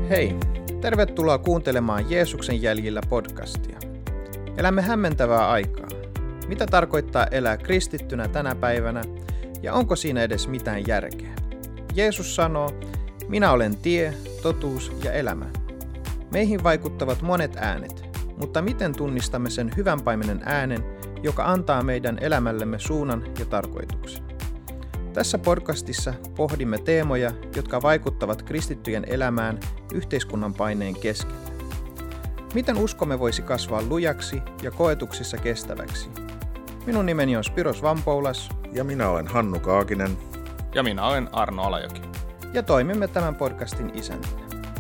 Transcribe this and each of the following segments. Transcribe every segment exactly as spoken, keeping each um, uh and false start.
Hei, tervetuloa kuuntelemaan Jeesuksen jäljillä podcastia. Elämme hämmentävää aikaa. Mitä tarkoittaa elää kristittynä tänä päivänä ja onko siinä edes mitään järkeä? Jeesus sanoo, minä olen tie, totuus ja elämä. Meihin vaikuttavat monet äänet, mutta miten tunnistamme sen hyvän paimenen äänen, joka antaa meidän elämällemme suunnan ja tarkoituksen? Tässä podcastissa pohdimme teemoja, jotka vaikuttavat kristittyjen elämään yhteiskunnan paineen keskellä. Miten uskomme voisi kasvaa lujaksi ja koetuksissa kestäväksi? Minun nimeni on Spiros Vampoulas. Ja minä olen Hannu Kaakinen. Ja minä olen Arno Alajoki. Ja toimimme tämän podcastin isäntinä.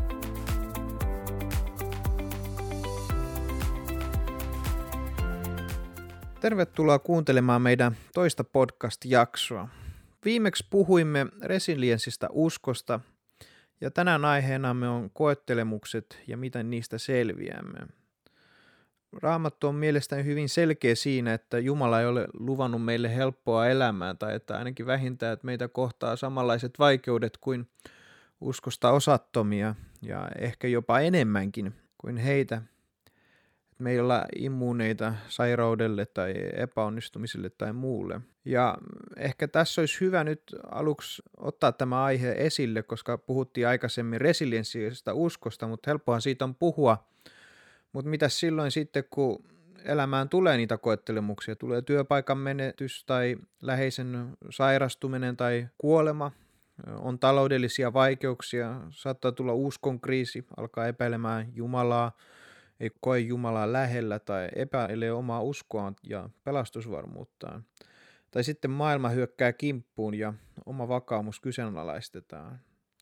Tervetuloa kuuntelemaan meidän toista podcast-jaksoa. Viimeksi puhuimme resilienssistä uskosta, ja tänään aiheenamme on koettelemukset ja miten niistä selviämme. Raamattu on mielestäni hyvin selkeä siinä, että Jumala ei ole luvannut meille helppoa elämää, tai että ainakin vähintään, että meitä kohtaa samanlaiset vaikeudet kuin uskosta osattomia, ja ehkä jopa enemmänkin kuin heitä. Me ei olla immuuneita sairaudelle tai epäonnistumiselle tai muulle. Ja ehkä tässä olisi hyvä nyt aluksi ottaa tämä aihe esille, koska puhuttiin aikaisemmin resilienssistä uskosta, mutta helppohan siitä on puhua. Mutta mitä silloin sitten, kun elämään tulee niitä koettelemuksia, tulee työpaikan menetys tai läheisen sairastuminen tai kuolema, on taloudellisia vaikeuksia, saattaa tulla uskonkriisi, alkaa epäilemään Jumalaa, ei koe Jumalaa lähellä tai epäilee omaa uskoaan ja pelastusvarmuuttaan. Tai sitten maailma hyökkää kimppuun ja oma vakaumus kyseenalaistetaan.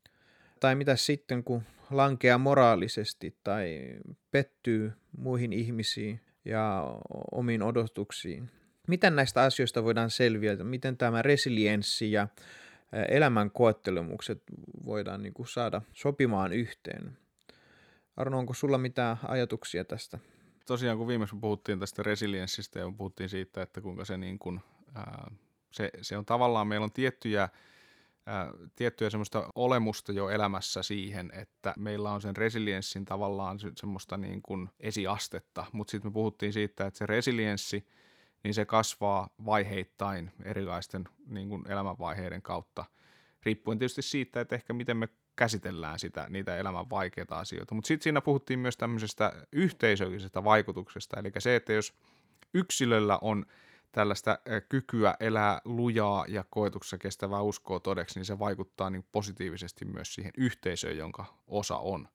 Tai mitä sitten, kun lankeaa moraalisesti tai pettyy muihin ihmisiin ja omiin odotuksiin. Miten näistä asioista voidaan selviää? Miten tämä resilienssi ja elämän koettelemukset voidaan niin kuin saada sopimaan yhteen? Arno, onko sulla mitään ajatuksia tästä? Tosiaan kun viimeksi puhuttiin tästä resilienssistä ja puhuttiin siitä, että kuinka se, niin kuin, ää, se, se on tavallaan, meillä on tiettyjä, ää, tiettyjä semmoista olemusta jo elämässä siihen, että meillä on sen resilienssin tavallaan semmoista niin kuin esiastetta, mutta sitten me puhuttiin siitä, että se resilienssi, niin se kasvaa vaiheittain erilaisten niin kuin elämänvaiheiden kautta, riippuen tietysti siitä, että ehkä miten me käsitellään sitä, niitä elämän vaikeita asioita. Mutta sitten siinä puhuttiin myös tämmöisestä yhteisöllisestä vaikutuksesta, eli se, että jos yksilöllä on tällaista kykyä elää lujaa ja koetuksessa kestävää uskoa todeksi, niin se vaikuttaa niin positiivisesti myös siihen yhteisöön, jonka osa on.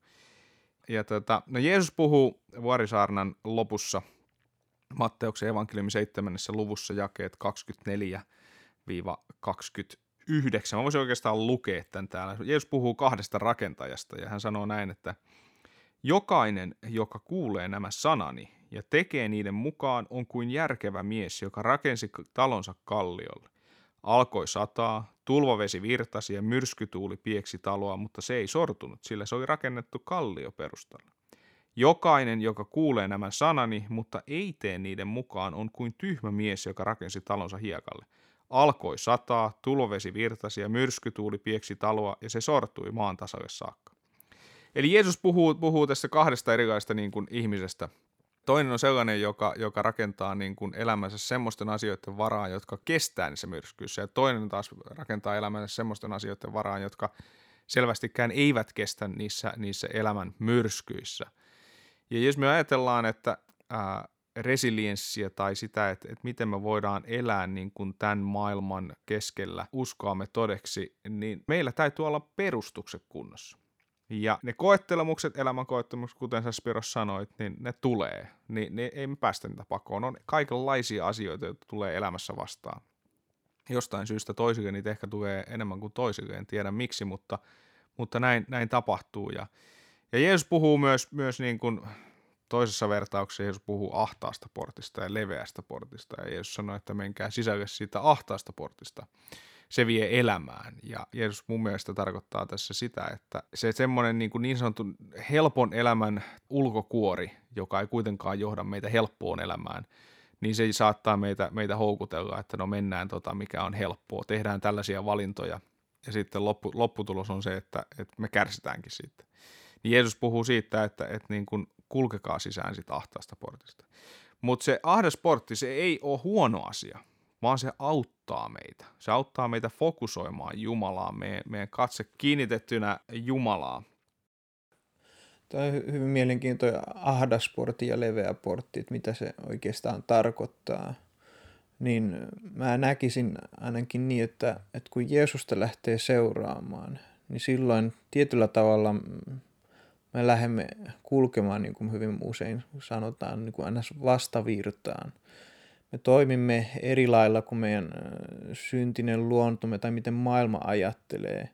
Ja tota, no Jeesus puhuu Vuorisaarnan lopussa Matteuksen evankeliumin seitsemännessä luvussa jakeet kaksikymmentäneljä kaksikymmentäyhdeksän. Mä voisin oikeastaan lukea tämän täällä. Jeesus puhuu kahdesta rakentajasta ja hän sanoo näin, että jokainen, joka kuulee nämä sanani ja tekee niiden mukaan, on kuin järkevä mies, joka rakensi talonsa kalliolle. Alkoi sataa, tulvavesi virtasi ja myrskytuuli pieksi taloa, mutta se ei sortunut, sillä se oli rakennettu kallioperustalla. Jokainen, joka kuulee nämä sanani, mutta ei tee niiden mukaan, on kuin tyhmä mies, joka rakensi talonsa hiekalle. Alkoi sataa, tulvavesi virtasi ja myrskytuuli pieksi taloa ja se sortui maan tasalle saakka. Eli Jeesus puhuu, puhuu tässä kahdesta erilaista niin kuin ihmisestä. Toinen on sellainen, joka, joka rakentaa niin kuin elämänsä semmoisten asioiden varaan, jotka kestää niissä myrskyissä. Ja toinen taas rakentaa elämänsä semmoisten asioiden varaan, jotka selvästikään eivät kestä niissä, niissä elämän myrskyissä. Ja jos me ajatellaan, että ää, resilienssiä tai sitä, että, että miten me voidaan elää niin kuin tämän maailman keskellä uskoamme todeksi, niin meillä täytyy olla perustukset kunnossa. Ja ne koettelemukset, elämän koettelemukset, kuten sä Spiros sanoit, niin ne tulee. Niin ne ei me päästä niitä pakoon. On kaikenlaisia asioita, joita tulee elämässä vastaan. Jostain syystä toisille niitä ehkä tulee enemmän kuin toisille, en tiedä miksi, mutta, mutta näin, näin tapahtuu. Ja, ja Jeesus puhuu myös, myös niin kuin toisessa vertauksessa Jeesus puhuu ahtaasta portista ja leveästä portista, ja Jeesus sanoi, että menkää sisälle siitä ahtaasta portista. Se vie elämään, ja Jeesus mun mielestä tarkoittaa tässä sitä, että se semmoinen niin, niin sanottu helpon elämän ulkokuori, joka ei kuitenkaan johda meitä helppoon elämään, niin se saattaa meitä, meitä houkutella, että no mennään tota, mikä on helppoa, tehdään tällaisia valintoja, ja sitten loppu, lopputulos on se, että, että me kärsitäänkin siitä. Niin Jeesus puhuu siitä, että, että niin kuin kulkekaa sisään siitä ahtaasta portista. Mutta se ahdas portti, se ei ole huono asia, vaan se auttaa meitä. Se auttaa meitä fokusoimaan Jumalaa, meidän, meidän katse kiinnitettynä Jumalaa. Tämä on hyvin mielenkiintoinen ahdas portti ja leveä portti, että mitä se oikeastaan tarkoittaa. Niin mä näkisin ainakin niin, että, että kun Jeesusta lähtee seuraamaan, niin silloin tietyllä tavalla me lähdemme kulkemaan, niin kuin hyvin usein sanotaan, niin kuin aina vastavirtaan. Me toimimme eri lailla kuin meidän syntinen luontomme tai miten maailma ajattelee.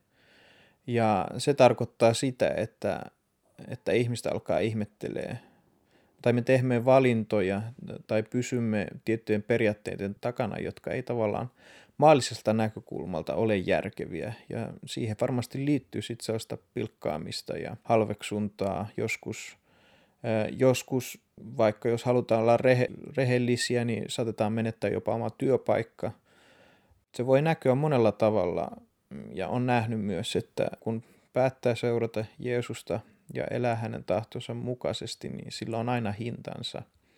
Ja se tarkoittaa sitä, että, että ihmistä alkaa ihmettelee. Tai me teemme valintoja tai pysymme tiettyjen periaatteiden takana, jotka ei tavallaan maallisesta näkökulmalta ole järkeviä. Ja siihen varmasti liittyy sitten sellaista pilkkaamista ja halveksuntaa joskus. Joskus, vaikka jos halutaan olla rehe, rehellisiä, niin saatetaan menettää jopa oma työpaikka. Se voi näkyä monella tavalla ja on nähnyt myös, että kun päättää seurata Jeesusta ja elää hänen tahtonsa mukaisesti, niin sillä on aina hintansa.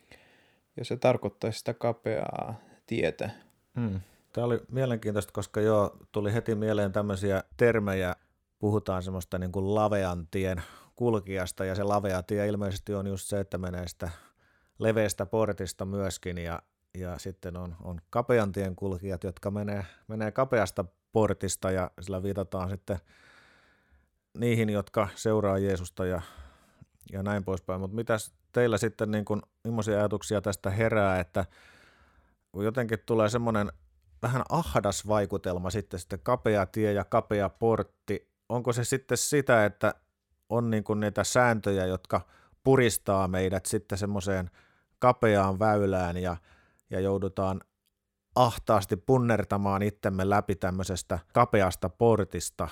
Ja se tarkoittaa sitä kapeaa tietä. Hmm. Tämä oli mielenkiintoista, koska joo, tuli heti mieleen tämmöisiä termejä. Puhutaan semmoista niin kuin lavean tien kulkijasta, ja se lavea tie ilmeisesti on just se, että menee sitä leveästä portista myöskin, ja, ja sitten on, on kapean tien kulkijat, jotka menee, menee kapeasta portista, ja sillä viitataan sitten niihin, jotka seuraa Jeesusta ja, ja näin poispäin. Mutta mitäs teillä sitten, niin kun, millaisia ajatuksia tästä herää, että kun jotenkin tulee semmoinen vähän ahdas vaikutelma sitten, sitten kapea tie ja kapea portti, onko se sitten sitä, että on niin kuin niitä sääntöjä, jotka puristaa meidät sitten semmoiseen kapeaan väylään ja, ja joudutaan ahtaasti punnertamaan itsemme läpi tämmöisestä kapeasta portista.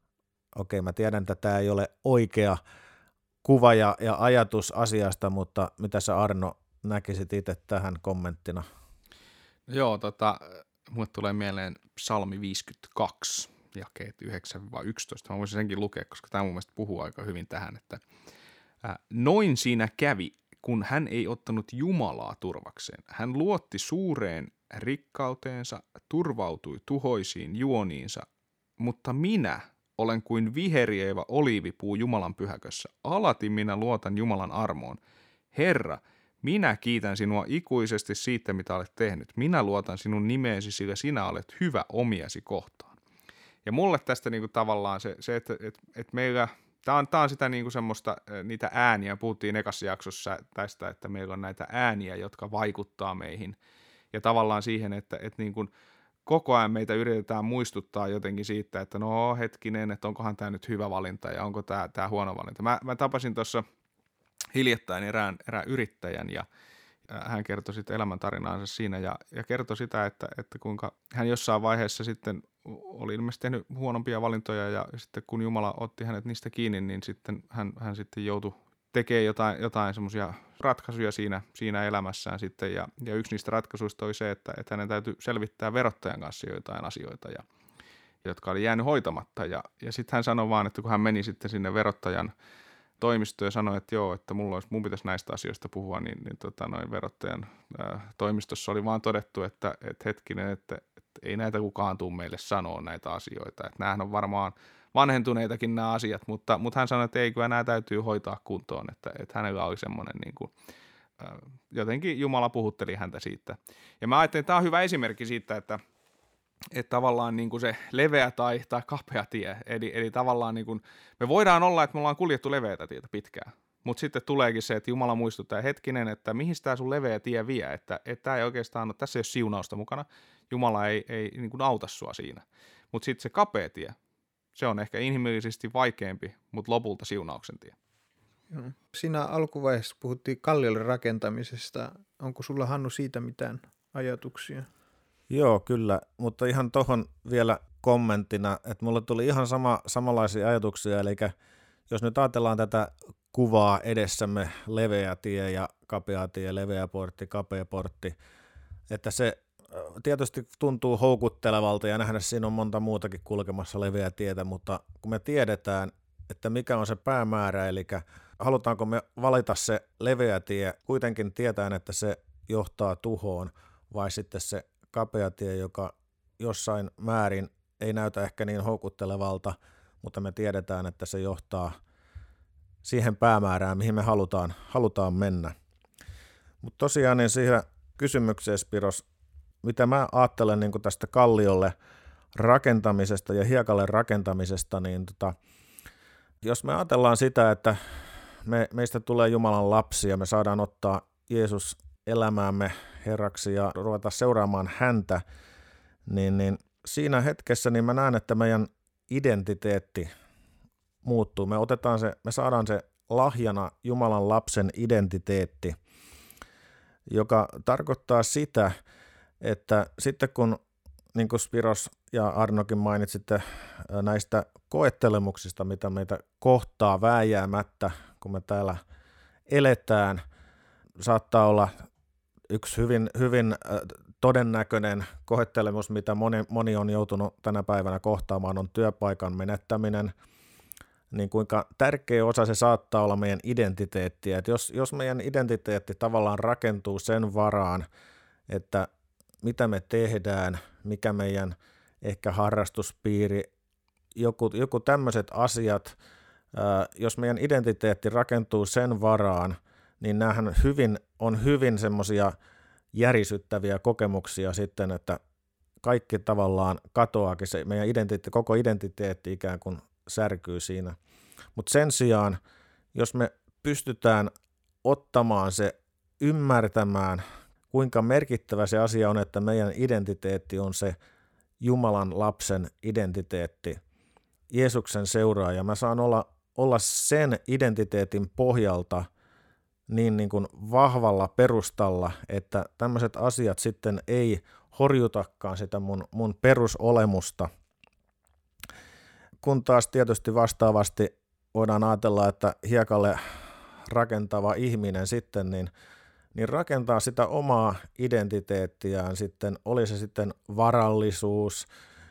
Okei, mä tiedän, että tämä ei ole oikea kuva ja, ja ajatus asiasta, mutta mitä sä Arno näkisit itse tähän kommenttina? Joo, tota, mulle tulee mieleen Psalmi viisikymmentäkaksi, jakeet yhdeksän yksitoista. Mä voisin senkin lukea, koska tämä mun mielestä puhuu aika hyvin tähän, että ää, noin siinä kävi, kun hän ei ottanut Jumalaa turvakseen. Hän luotti suureen rikkauteensa, turvautui tuhoisiin juoniinsa, mutta minä olen kuin viheriävä oliivipuu Jumalan pyhäkössä. Alati minä luotan Jumalan armoon. Herra, minä kiitän sinua ikuisesti siitä, mitä olet tehnyt. Minä luotan sinun nimeesi, sillä sinä olet hyvä omiasi kohtaan. Ja mulle tästä niinku tavallaan se, se että et, et meillä, tämä on, tää on sitä niinku semmoista, niitä ääniä, puhuttiin ekassa jaksossa tästä, että meillä on näitä ääniä, jotka vaikuttaa meihin. Ja tavallaan siihen, että et niinku, koko ajan meitä yritetään muistuttaa jotenkin siitä, että no hetkinen, että onkohan tämä nyt hyvä valinta ja onko tämä, tämä huono valinta. Mä, mä tapasin tuossa hiljattain erään, erään yrittäjän ja hän kertoi sitten elämäntarinaansa siinä ja, ja kertoi sitä, että, että kuinka hän jossain vaiheessa sitten oli ilmeisesti tehnyt huonompia valintoja ja sitten kun Jumala otti hänet niistä kiinni, niin sitten hän, hän sitten joutui tekemään jotain, jotain semmoisia ratkaisuja siinä, siinä elämässään sitten ja, ja yksi niistä ratkaisuista oli se, että, että hänen täytyy selvittää verottajan kanssa jotain asioita, ja, jotka oli jäänyt hoitamatta ja, ja sitten hän sanoi vaan, että kun hän meni sitten sinne verottajan toimistoon ja sanoi, että joo, että mulla olisi, mun pitäisi näistä asioista puhua, niin, niin tota, noin verottajan ää, toimistossa oli vaan todettu, että, että hetkinen, että, että ei näitä kukaan tule meille sanoa näitä asioita, että näähän on varmaan vanhentuneitakin nämä asiat, mutta, mutta hän sanoi, että ei, kyllä nämä täytyy hoitaa kuntoon, että, että hänellä oli semmoinen niin kuin, ää, jotenkin Jumala puhutteli häntä siitä. Ja mä ajattelin, että tämä on hyvä esimerkki siitä, että että tavallaan niin kuin se leveä tai, tai kapea tie, eli, eli tavallaan niin kuin, me voidaan olla, että me ollaan kuljettu leveätä tietä pitkään, mutta sitten tuleekin se, että Jumala muistuttaa hetkinen, että mihin tämä sun leveä tie vie, että, että tämä ei oikeastaan ole, tässä ei ole siunausta mukana, Jumala ei, ei niin kuin auta sua siinä, mutta sitten se kapea tie, se on ehkä inhimillisesti vaikeampi, mutta lopulta siunauksen tie. Siinä alkuvaiheessa puhuttiin kalliolle rakentamisesta, onko sulla Hannu siitä mitään ajatuksia? Joo, kyllä, mutta ihan tuohon vielä kommenttina, että mulle tuli ihan sama, samanlaisia ajatuksia, eli jos nyt ajatellaan tätä kuvaa edessämme, leveä tie ja kapea tie, leveä portti, kapea portti, että se tietysti tuntuu houkuttelevalta ja nähdä siinä on monta muutakin kulkemassa leveä tietä, mutta kun me tiedetään, että mikä on se päämäärä, eli halutaanko me valita se leveä tie, kuitenkin tietäen, että se johtaa tuhoon, vai sitten se kapea tie, joka jossain määrin ei näytä ehkä niin houkuttelevalta, mutta me tiedetään, että se johtaa siihen päämäärään, mihin me halutaan, halutaan mennä. Mutta tosiaan niin siihen kysymykseen, Spiros, mitä mä ajattelen niin kuin tästä kalliolle rakentamisesta ja hiekalle rakentamisesta, niin tota, jos me ajatellaan sitä, että me, meistä tulee Jumalan lapsia, me saadaan ottaa Jeesus elämäämme Herraksi ja ruveta seuraamaan häntä, niin, niin siinä hetkessä niin mä näen, että meidän identiteetti muuttuu. Me otetaan se, me saadaan se lahjana Jumalan lapsen identiteetti, joka tarkoittaa sitä, että sitten kun, niin kuin Spiros ja Arnokin mainitsitte näistä koettelemuksista, mitä meitä kohtaa vääjäämättä, kun me täällä eletään, saattaa olla yksi hyvin, hyvin todennäköinen koettelemus, mitä moni, moni on joutunut tänä päivänä kohtaamaan, on työpaikan menettäminen, niin kuinka tärkeä osa se saattaa olla meidän identiteettiä. Että jos, jos meidän identiteetti tavallaan rakentuu sen varaan, että mitä me tehdään, mikä meidän ehkä harrastuspiiri, joku, joku tämmöiset asiat, ää, jos meidän identiteetti rakentuu sen varaan, niin näähän hyvin, on hyvin semmoisia järisyttäviä kokemuksia sitten, että kaikki tavallaan katoaakin, se meidän identiteetti, koko identiteetti ikään kuin särkyy siinä. Mutta sen sijaan, jos me pystytään ottamaan se, ymmärtämään, kuinka merkittävä se asia on, että meidän identiteetti on se Jumalan lapsen identiteetti, Jeesuksen seuraaja. Mä saan olla, olla sen identiteetin pohjalta niin, niin kuin vahvalla perustalla, että tämmöiset asiat sitten ei horjutakaan sitä mun, mun perusolemusta. Kun taas tietysti vastaavasti voidaan ajatella, että hiekalle rakentava ihminen sitten, niin, niin rakentaa sitä omaa identiteettiään sitten, oli se sitten varallisuus,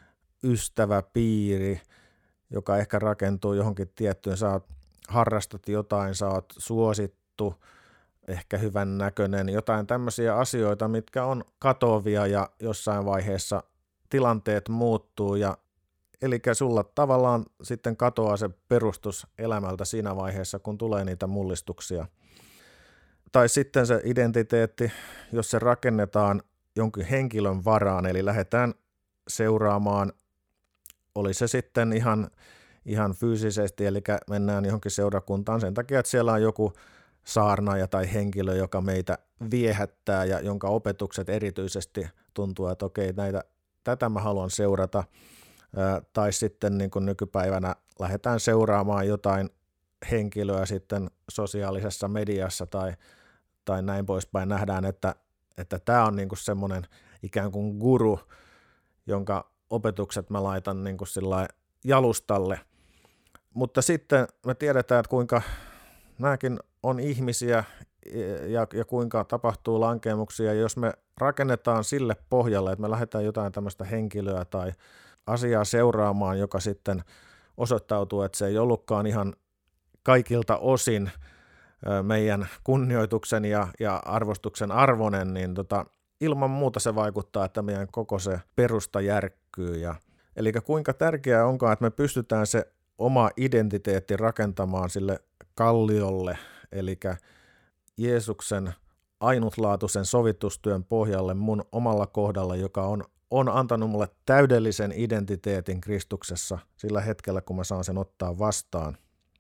ystäväpiiri, joka ehkä rakentuu johonkin tiettyyn, sä oot, harrastat jotain, sä oot suosittu, ehkä hyvän näköinen, jotain tämmöisiä asioita, mitkä on katoavia ja jossain vaiheessa tilanteet muuttuu ja eli sulla tavallaan sitten katoaa se perustus elämältä siinä vaiheessa, kun tulee niitä mullistuksia. Tai sitten se identiteetti, jos se rakennetaan jonkin henkilön varaan, eli lähdetään seuraamaan, oli se sitten ihan, ihan fyysisesti, eli mennään johonkin seurakuntaan sen takia, että siellä on joku saarnaaja tai henkilö, joka meitä viehättää ja jonka opetukset erityisesti tuntuu, että okei, näitä, tätä mä haluan seurata. Tai sitten niin kuin nykypäivänä lähdetään seuraamaan jotain henkilöä sitten sosiaalisessa mediassa tai, tai näin poispäin. Nähdään, että, että tämä on niin kuin semmoinen ikään kuin guru, jonka opetukset mä laitan niin kuin sillai jalustalle. Mutta sitten me tiedetään, että kuinka nämäkin on ihmisiä ja, ja kuinka tapahtuu lankeemuksia. Jos me rakennetaan sille pohjalle, että me lähdetään jotain tämmöistä henkilöä tai asiaa seuraamaan, joka sitten osoittautuu, että se ei ollutkaan ihan kaikilta osin meidän kunnioituksen ja, ja arvostuksen arvoinen, niin tota, ilman muuta se vaikuttaa, että meidän koko se perusta järkkyy. Ja, eli kuinka tärkeää onkaan, että me pystytään se oma identiteetti rakentamaan sille kalliolle, eli Jeesuksen ainutlaatuisen sovitustyön pohjalle mun omalla kohdalla, joka on on antanut mulle täydellisen identiteetin Kristuksessa sillä hetkellä, kun mä saan sen ottaa vastaan.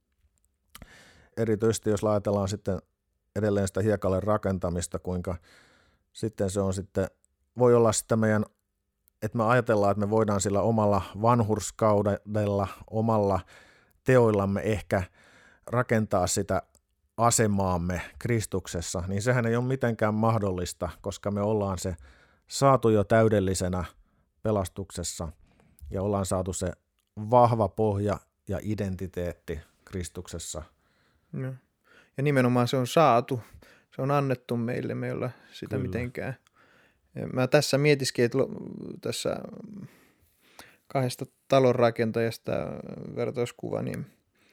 Erityisesti jos ajatellaan sitten edelleen sitä hiekalle rakentamista, kuinka sitten se on sitten, voi olla sitten meidän, että me ajatellaan, että me voidaan sillä omalla vanhurskaudella, omalla teoillamme ehkä rakentaa sitä asemaamme Kristuksessa, niin sehän ei ole mitenkään mahdollista, koska me ollaan se saatu jo täydellisenä pelastuksessa ja ollaan saatu se vahva pohja ja identiteetti Kristuksessa. No. Ja nimenomaan se on saatu, se on annettu meille, me ei olla sitä Kyllä. mitenkään. Mä tässä mietiskin, että tässä kahdesta talonrakentajasta vertauskuva, niin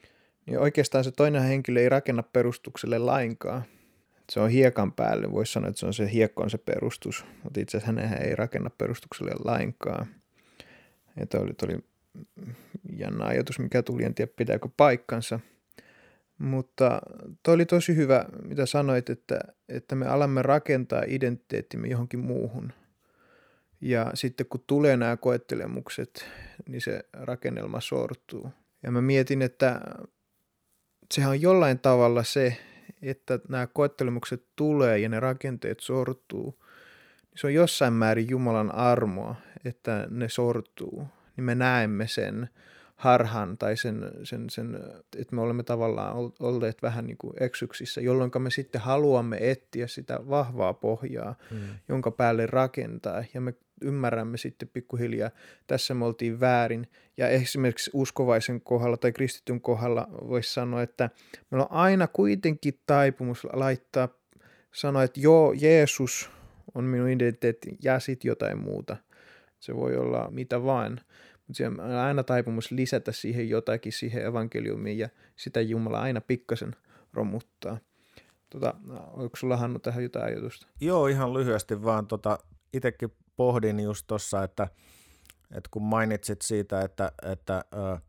niin oikeastaan se toinen henkilö ei rakenna perustukselle lainkaan. Se on hiekan päälle, voisi sanoa, että se on se hiekko on se perustus, mutta itse asiassa hän ei rakenna perustukselle lainkaan. Ja toi oli, toi oli jännä ajatus, mikä tuli, en tiedä pitääkö paikkansa. Mutta toi oli tosi hyvä, mitä sanoit, että, että me alamme rakentaa identiteettimme johonkin muuhun. Ja sitten kun tulee nämä koettelemukset, niin se rakennelma sortuu. Ja mä mietin, että sehän on jollain tavalla se, että nämä koettelemukset tulee ja ne rakenteet sortuu. Se on jossain määrin Jumalan armoa, että ne sortuu. Niin me näemme sen harhan tai sen, sen, sen, että me olemme tavallaan olleet vähän niin kuin eksyksissä, jolloin me sitten haluamme etsiä sitä vahvaa pohjaa, hmm. jonka päälle rakentaa. Ja me ymmärrämme sitten pikkuhiljaa, tässä me oltiin väärin. Ja esimerkiksi uskovaisen kohdalla tai kristityn kohdalla voisi sanoa, että meillä on aina kuitenkin taipumus laittaa, sanoa, että joo, Jeesus on minun identiteetti ja sitten jotain muuta. Se voi olla mitä vaan. Mutta on aina taipumus lisätä siihen jotakin, siihen evankeliumiin, ja sitä Jumala aina pikkasen romuttaa. Tota, onko sulla, Hannu, tähän jotain ajatusta? Joo, ihan lyhyesti vaan. Tota, itsekin pohdin just tuossa, että, että kun mainitsit siitä, että, että ö,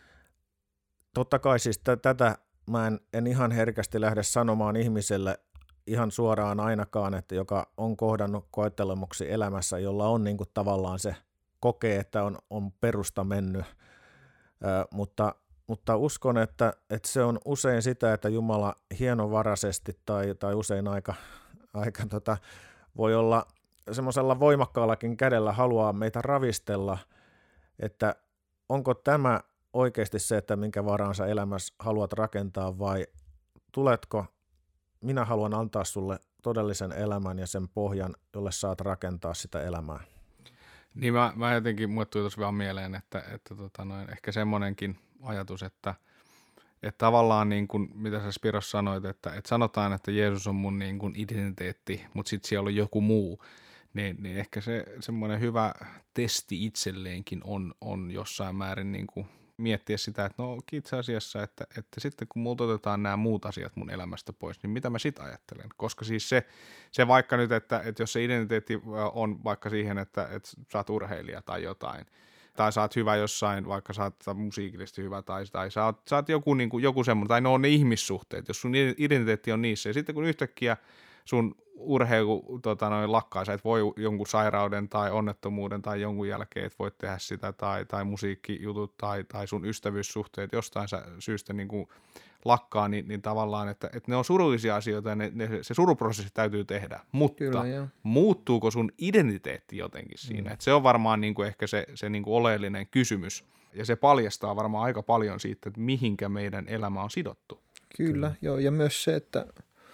totta kai siis t- tätä mä en, en ihan herkästi lähde sanomaan ihmiselle ihan suoraan ainakaan, että joka on kohdannut koettelemuksia elämässä, jolla on niin kuin tavallaan se kokee, että on, on perusta mennyt, Ö, mutta, mutta uskon, että, että se on usein sitä, että Jumala hienovaraisesti tai, tai usein aika, aika tota, voi olla semmoisella voimakkaallakin kädellä haluaa meitä ravistella, että onko tämä oikeasti se, että minkä varaan sä elämässä haluat rakentaa, vai tuletko, minä haluan antaa sulle todellisen elämän ja sen pohjan, jolle saat rakentaa sitä elämää. Niin mä, mä jotenkin, mulle tuli tuossa vaan mieleen, että, että tota noin, ehkä semmoinenkin ajatus, että, että tavallaan niin kuin, mitä sä Spiros sanoit, että, että sanotaan, että Jeesus on mun niin kuin identiteetti, mutta sitten siellä on joku muu, niin, niin ehkä se semmoinen hyvä testi itselleenkin on, on jossain määrin niin kuin miettiä sitä, että no itse asiassa, että, että sitten kun multa otetaan nämä muut asiat mun elämästä pois, niin mitä mä sitten ajattelen? Koska siis se, se vaikka nyt, että, että jos se identiteetti on vaikka siihen, että, että sä oot urheilija tai jotain, tai sä oot hyvä jossain, vaikka sä oot musiikillisesti hyvä, tai, tai sä oot, sä oot joku, niin kuin, joku semmoinen, tai ne on ne ihmissuhteet, jos sun identiteetti on niissä, ja sitten kun yhtäkkiä sun urheilu tota, noin lakkaa, sä et voi jonkun sairauden tai onnettomuuden tai jonkun jälkeen, et voi tehdä sitä, tai, tai musiikkijutut tai, tai sun ystävyyssuhteet jostain syystä niin kuin lakkaa, niin, niin tavallaan, että, että ne on surullisia asioita ja ne, ne, se suruprosessi täytyy tehdä, mutta Kyllä, muuttuuko sun identiteetti jotenkin siinä? Mm. Et se on varmaan niin kuin ehkä se, se niin kuin oleellinen kysymys, ja se paljastaa varmaan aika paljon siitä, että mihinkä meidän elämä on sidottu. Kyllä, Kyllä. Joo, ja myös se, että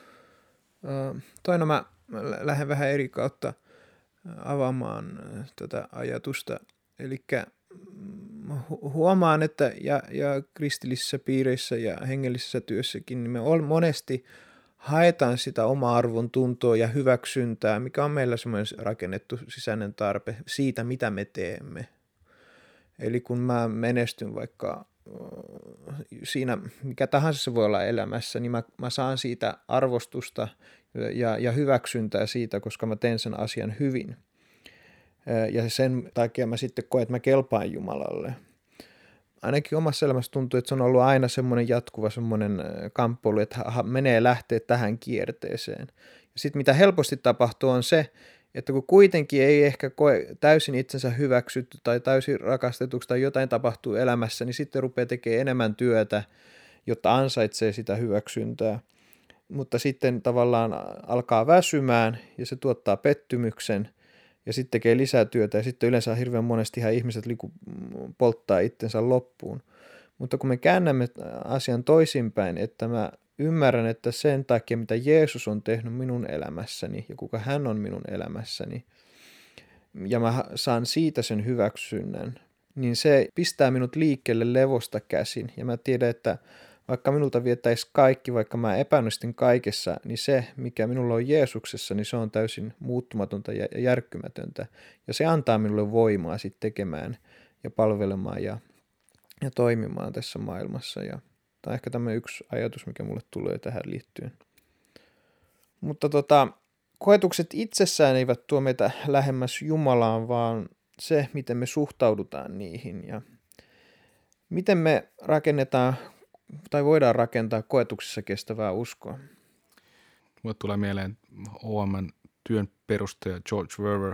toina mä lähden vähän eri kautta avaamaan tätä ajatusta. Eli huomaan, että ja, ja kristillisissä piireissä ja hengellisessä työssäkin niin me monesti haetaan sitä omaa arvon tuntoa ja hyväksyntää, mikä on meillä semmoinen rakennettu sisäinen tarpe siitä, mitä me teemme. Eli kun mä menestyn vaikka siinä, mikä tahansa se voi olla elämässä, niin mä, mä saan siitä arvostusta ja, ja hyväksyntää siitä, koska mä teen sen asian hyvin. Ja sen takia mä sitten koen, että mä kelpaan Jumalalle. Ainakin omassa elämässä tuntuu, että se on ollut aina semmoinen jatkuva semmoinen kamppailu, että menee lähteä tähän kierteeseen. Ja sitten mitä helposti tapahtuu on se, että kun kuitenkin ei ehkä koe täysin itsensä hyväksytty tai täysin rakastetuksi tai jotain tapahtuu elämässä, niin sitten rupeaa tekemään enemmän työtä, jotta ansaitsee sitä hyväksyntää. Mutta sitten tavallaan alkaa väsymään ja se tuottaa pettymyksen ja sitten tekee lisää työtä ja sitten yleensä hirveän monesti ihan ihmiset liku, polttaa itsensä loppuun. Mutta kun me käännämme asian toisinpäin, että mä ymmärrän, että sen takia, mitä Jeesus on tehnyt minun elämässäni ja kuka hän on minun elämässäni, ja mä saan siitä sen hyväksynnän, niin se pistää minut liikkeelle levosta käsin. Ja mä tiedän, että vaikka minulta vietäisi kaikki, vaikka mä epäonnistun kaikessa, niin se, mikä minulla on Jeesuksessa, niin se on täysin muuttumatonta ja järkkymätöntä. Ja se antaa minulle voimaa sitten tekemään ja palvelemaan ja, ja toimimaan tässä maailmassa. Ja Tämä on ehkä tämmöinen yksi ajatus, mikä mulle tulee tähän liittyen. Mutta tota, koetukset itsessään eivät tuo meitä lähemmäs Jumalaan, vaan se, miten me suhtaudutaan niihin ja miten me rakennetaan tai voidaan rakentaa koetuksissa kestävää uskoa. Mulle tulee mieleen O M:n työn perustaja George Verwer,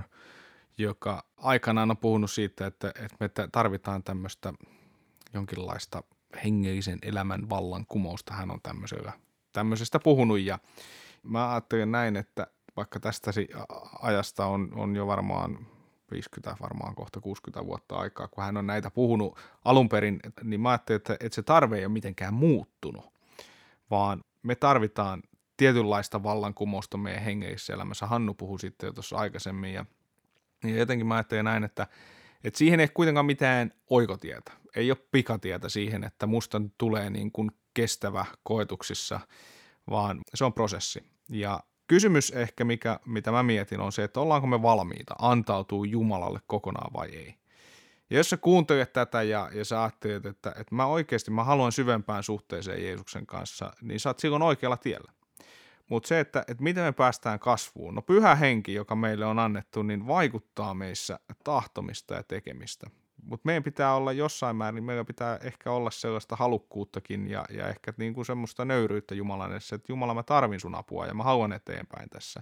joka aikanaan on puhunut siitä, että, että me tarvitaan tämmöistä jonkinlaista hengellisen elämän vallankumousta. Hän on tämmöisestä puhunut ja mä ajattelen näin, että vaikka tästä ajasta on, on jo varmaan viisikymmentä, varmaan kohta kuusikymmentä vuotta aikaa, kun hän on näitä puhunut alun perin, niin mä ajattelin, että, että se tarve ei ole mitenkään muuttunut, vaan me tarvitaan tietynlaista vallankumousta meidän hengellisessä elämässä. Hannu puhui sitten jo tuossa aikaisemmin ja, ja jotenkin mä ajattelin näin, että, että siihen ei kuitenkaan mitään oikotietä, ei ole pikatietä siihen, että musta tulee niin kuin kestävä koetuksissa, vaan se on prosessi. Ja kysymys ehkä, mikä, mitä mä mietin, on se, että ollaanko me valmiita antautuu Jumalalle kokonaan vai ei. Ja jos sä kuuntelet tätä ja, ja sä ajattelet, että, että mä oikeasti mä haluan syvempään suhteeseen Jeesuksen kanssa, niin sä oot silloin oikealla tiellä. Mutta se, että, että miten me päästään kasvuun, no pyhä henki, joka meille on annettu, niin vaikuttaa meissä tahtomista ja tekemistä. Mutta meidän pitää olla jossain määrin, meillä pitää ehkä olla sellaista halukkuuttakin ja, ja ehkä niin kuin semmoista nöyryyttä Jumalan edessä, että Jumala, mä tarvin sun apua ja mä haluan eteenpäin tässä.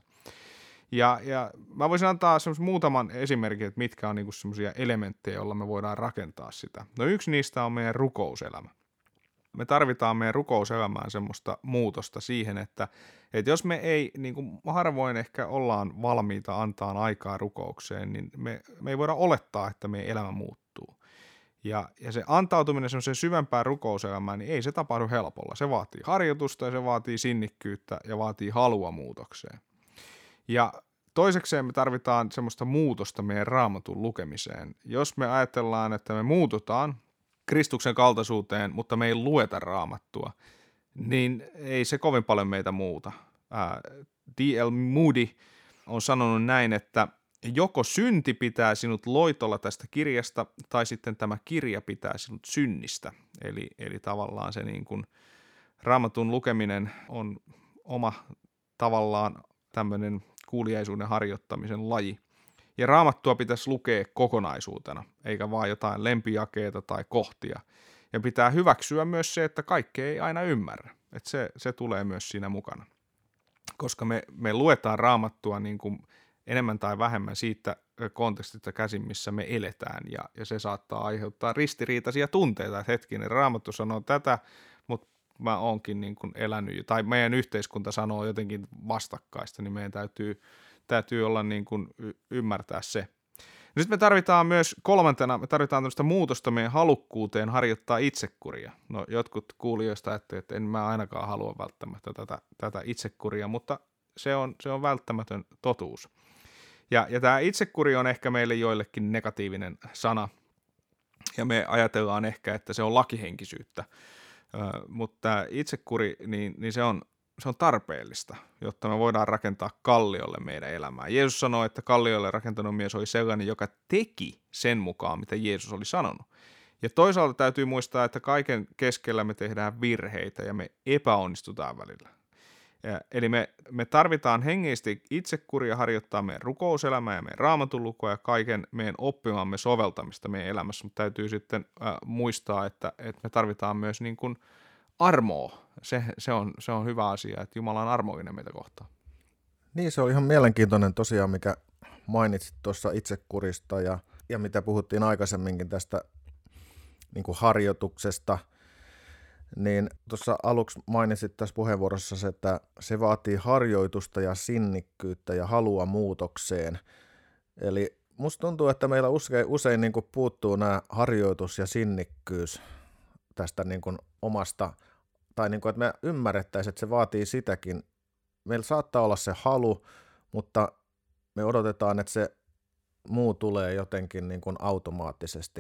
Ja, ja mä voisin antaa semmoisen muutaman esimerkin, että mitkä on niin kuin semmoisia elementtejä, joilla me voidaan rakentaa sitä. No yksi niistä on meidän rukouselämä. Me tarvitaan meidän rukouselämään semmoista muutosta siihen, että, että jos me ei, niin kuin harvoin ehkä ollaan valmiita antaa aikaa rukoukseen, niin me, me ei voida olettaa, että meidän elämä muuttuu. Ja, ja se antautuminen semmoiseen syvempään rukouselämään, niin ei se tapahdu helpolla. Se vaatii harjoitusta ja se vaatii sinnikkyyttä ja vaatii halua muutokseen. Ja toisekseen me tarvitaan semmoista muutosta meidän Raamatun lukemiseen. Jos me ajatellaan, että me muututaan Kristuksen kaltaisuuteen, mutta me ei lueta Raamattua, niin ei se kovin paljon meitä muuta. D L Moody on sanonut näin, että joko synti pitää sinut loitolla tästä kirjasta, tai sitten tämä kirja pitää sinut synnistä. Eli, eli tavallaan se niin kuin Raamatun lukeminen on oma tavallaan tämmöinen kuuliaisuuden harjoittamisen laji. Ja Raamattua pitäisi lukea kokonaisuutena, eikä vaan jotain lempijakeita tai kohtia. Ja pitää hyväksyä myös se, että kaikki ei aina ymmärrä. Että se, se tulee myös siinä mukana. Koska me, me luetaan Raamattua niin kuin enemmän tai vähemmän siitä kontekstista käsin, missä me eletään. Ja, ja se saattaa aiheuttaa ristiriitaisia tunteita, että hetkinen, Raamattu sanoo tätä, mutta mä oonkin niin kuin elänyt, tai meidän yhteiskunta sanoo jotenkin vastakkaista, niin meidän täytyy, täytyy olla niin kuin y- ymmärtää se. Nyt me tarvitaan myös kolmantena, me tarvitaan tämmöistä muutosta meidän halukkuuteen harjoittaa itsekuria. No jotkut kuulijoista ajattelevat, että en mä ainakaan halua välttämättä tätä, tätä itsekuria, mutta se on, se on välttämätön totuus. Ja, ja tämä itsekuri on ehkä meille joillekin negatiivinen sana, ja me ajatellaan ehkä, että se on lakihenkisyyttä, Ö, mutta itsekuri, niin, niin se on, se on tarpeellista, jotta me voidaan rakentaa kalliolle meidän elämää. Jeesus sanoi, että kalliolle rakentanut mies oli sellainen, joka teki sen mukaan, mitä Jeesus oli sanonut. Ja toisaalta täytyy muistaa, että kaiken keskellä me tehdään virheitä ja me epäonnistutaan välillä. Ja, eli me, me tarvitaan hengellisesti itsekuria harjoittaa meidän rukouselämää ja meidän Raamatun lukua ja kaiken meidän oppimamme soveltamista meidän elämässä, mutta täytyy sitten äh, muistaa, että, että me tarvitaan myös niin kuin armoa. Se, se, on, se on hyvä asia, että Jumala on armollinen meitä kohtaan. Niin, se on ihan mielenkiintoinen tosiaan, mikä mainitsit tuossa itsekurista ja, ja mitä puhuttiin aikaisemminkin tästä niin kuin harjoituksesta. Niin tuossa aluksi mainitsit tässä puheenvuorossa se, että se vaatii harjoitusta ja sinnikkyyttä ja halua muutokseen. Eli musta tuntuu, että meillä usein, usein niin kuin puuttuu nämä harjoitus ja sinnikkyys tästä niin kuin omasta, tai niin kuin, että me ymmärrettäisiin, että se vaatii sitäkin. Meillä saattaa olla se halu, mutta me odotetaan, että se muu tulee jotenkin niin kuin automaattisesti.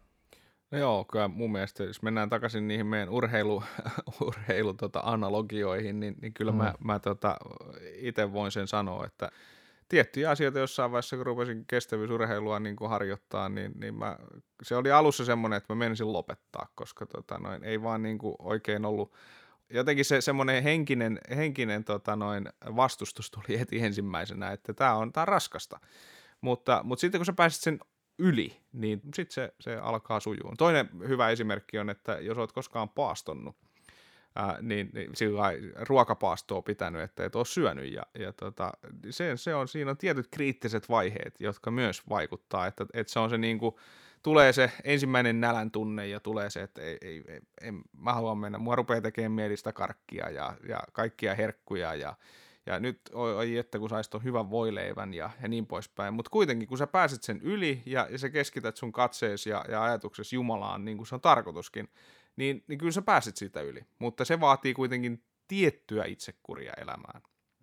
No joo, kyllä mun mielestä, jos mennään takaisin niihin meidän urheilu, urheilu tota, analogioihin, niin, niin kyllä mm. mä, mä tota, itse voin sen sanoa, että tiettyjä asioita jossain vaiheessa, kun rupesin kestävyysurheilua niin kuin harjoittaa, niin, niin mä, se oli alussa semmoinen, että mä menisin lopettaa, koska tota, noin, ei vaan niin kuin oikein ollut, jotenkin se semmoinen henkinen, henkinen tota, noin, vastustus tuli heti ensimmäisenä, että tämä on, tää on raskasta, mutta, mutta sitten kun sä pääsit sen yli, niin sitten se, se alkaa sujuun. Toinen hyvä esimerkki on, että jos olet koskaan paastonnut, ää, niin, niin sillä ruokapaastoa pitänyt, että et ole syönyt, ja, ja tota, se, se on, siinä on tietyt kriittiset vaiheet, jotka myös vaikuttaa, että, että se on se niin kuin, tulee se ensimmäinen nälän tunne, ja tulee se, että ei, ei, ei, ei, mä haluan mennä, mua rupeaa tekemään mielistä karkkia, ja, ja kaikkia herkkuja, ja Ja nyt, oi, että kun saisit ton hyvän voileivän ja, ja niin poispäin. Mutta kuitenkin, kun sä pääset sen yli ja, ja sä keskität sun katseesi ja, ja ajatuksesi Jumalaan, niin kuin se on tarkoituskin, niin, niin kyllä sä pääset siitä yli. Mutta se vaatii kuitenkin tiettyä itsekuria elämään.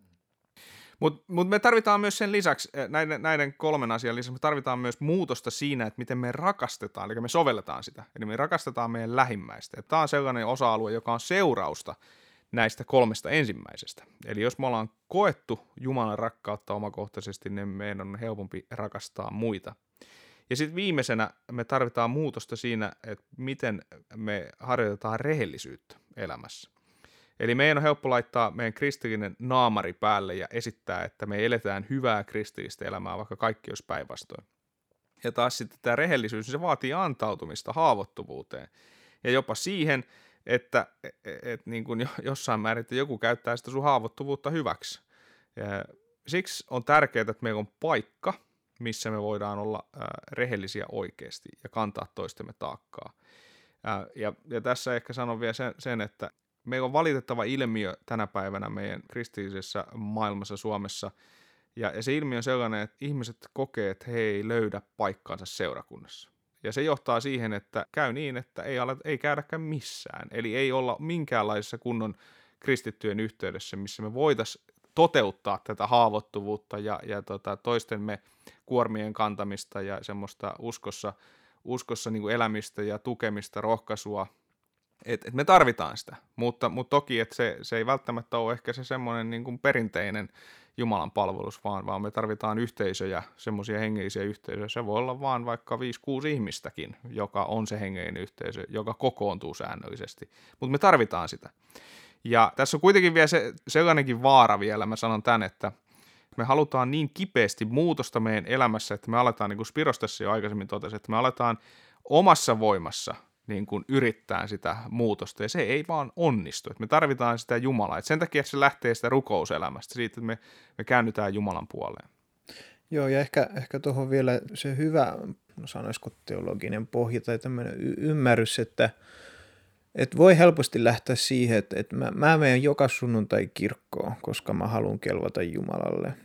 Mutta mut me tarvitaan myös sen lisäksi, näiden, näiden kolmen asian lisäksi, me tarvitaan myös muutosta siinä, että miten me rakastetaan, eli me sovelletaan sitä. Eli me rakastetaan meidän lähimmäistä. Tämä on sellainen osa-alue, joka on seurausta näistä kolmesta ensimmäisestä. Eli jos me ollaan koettu Jumalan rakkautta omakohtaisesti, niin meidän on helpompi rakastaa muita. Ja sitten viimeisenä me tarvitaan muutosta siinä, että miten me harjoitetaan rehellisyyttä elämässä. Eli meidän on helppo laittaa meidän kristillinen naamari päälle ja esittää, että me eletään hyvää kristillistä elämää, vaikka kaikki olisi päinvastoin. Ja taas sitten tämä rehellisyys, se vaatii antautumista haavoittuvuuteen ja jopa siihen, että et, et, niin kuin jossain määrin, että joku käyttää sitä sun haavoittuvuutta hyväksi. Ja siksi on tärkeää, että meillä on paikka, missä me voidaan olla äh, rehellisiä oikeasti ja kantaa toistemme taakkaa. Äh, ja, ja tässä ehkä sanon vielä sen, sen, että meillä on valitettava ilmiö tänä päivänä meidän kristillisessä maailmassa Suomessa, ja, ja se ilmiö on sellainen, että ihmiset kokee, että he ei löydä paikkaansa seurakunnassa. Ja se johtaa siihen, että käy niin, että ei, ala, ei käydäkään missään. Eli ei olla minkäänlaisessa kunnon kristittyjen yhteydessä, missä me voitaisiin toteuttaa tätä haavoittuvuutta ja, ja tota, toistemme kuormien kantamista ja semmoista uskossa, uskossa niin kuin elämistä ja tukemista, rohkaisua. Et, et me tarvitaan sitä, mutta, mutta toki että se, se ei välttämättä ole ehkä se semmoinen niin kuin perinteinen Jumalan palvelus, vaan, vaan me tarvitaan yhteisöjä, semmoisia hengellisiä yhteisöjä. Se voi olla vaan vaikka viisi kuusi ihmistäkin, joka on se hengellinen yhteisö, joka kokoontuu säännöllisesti. Mutta me tarvitaan sitä. Ja tässä on kuitenkin vielä se, sellainenkin vaara vielä, mä sanon tämän, että me halutaan niin kipeästi muutosta meidän elämässä, että me aletaan, niin kuin Spiros tässä jo aikaisemmin totesi, että me aletaan omassa voimassa niin kuin yrittää sitä muutosta, ja se ei vaan onnistu. Että me tarvitaan sitä Jumalaa. Et sen takia, että se lähtee sitä rukouselämästä, siitä, että me, me käännytään Jumalan puoleen. Joo, ja ehkä, ehkä tuohon vielä se hyvä, no sanoisiko teologinen pohja tai tämmöinen y- ymmärrys, että, että voi helposti lähteä siihen, että, että mä, mä menen joka sunnuntai kirkkoon, koska mä haluan kelvata Jumalalle.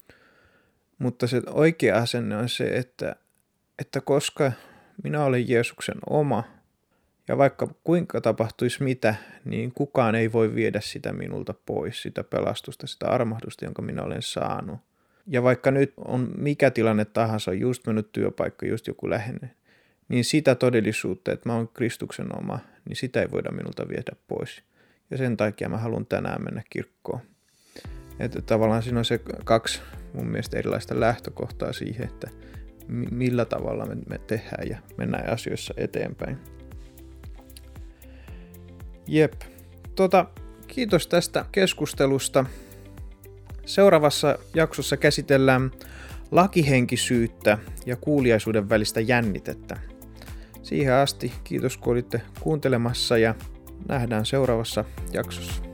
Mutta se oikea asenne on se, että, että koska minä olen Jeesuksen oma, ja vaikka kuinka tapahtuisi mitä, niin kukaan ei voi viedä sitä minulta pois, sitä pelastusta, sitä armahdusta, jonka minä olen saanut. Ja vaikka nyt on mikä tilanne tahansa, on just mennyt työpaikka, just joku läheinen, niin sitä todellisuutta, että mä olen Kristuksen oma, niin sitä ei voida minulta viedä pois. Ja sen takia mä haluan tänään mennä kirkkoon. Että tavallaan siinä on se kaksi mun mielestä erilaista lähtökohtaa siihen, että millä tavalla me, me tehdään ja mennään asioissa eteenpäin. Jep. Tota, kiitos tästä keskustelusta. Seuraavassa jaksossa käsitellään lakihenkisyyttä ja kuuliaisuuden välistä jännitettä. Siihen asti kiitos kun olitte kuuntelemassa ja nähdään seuraavassa jaksossa.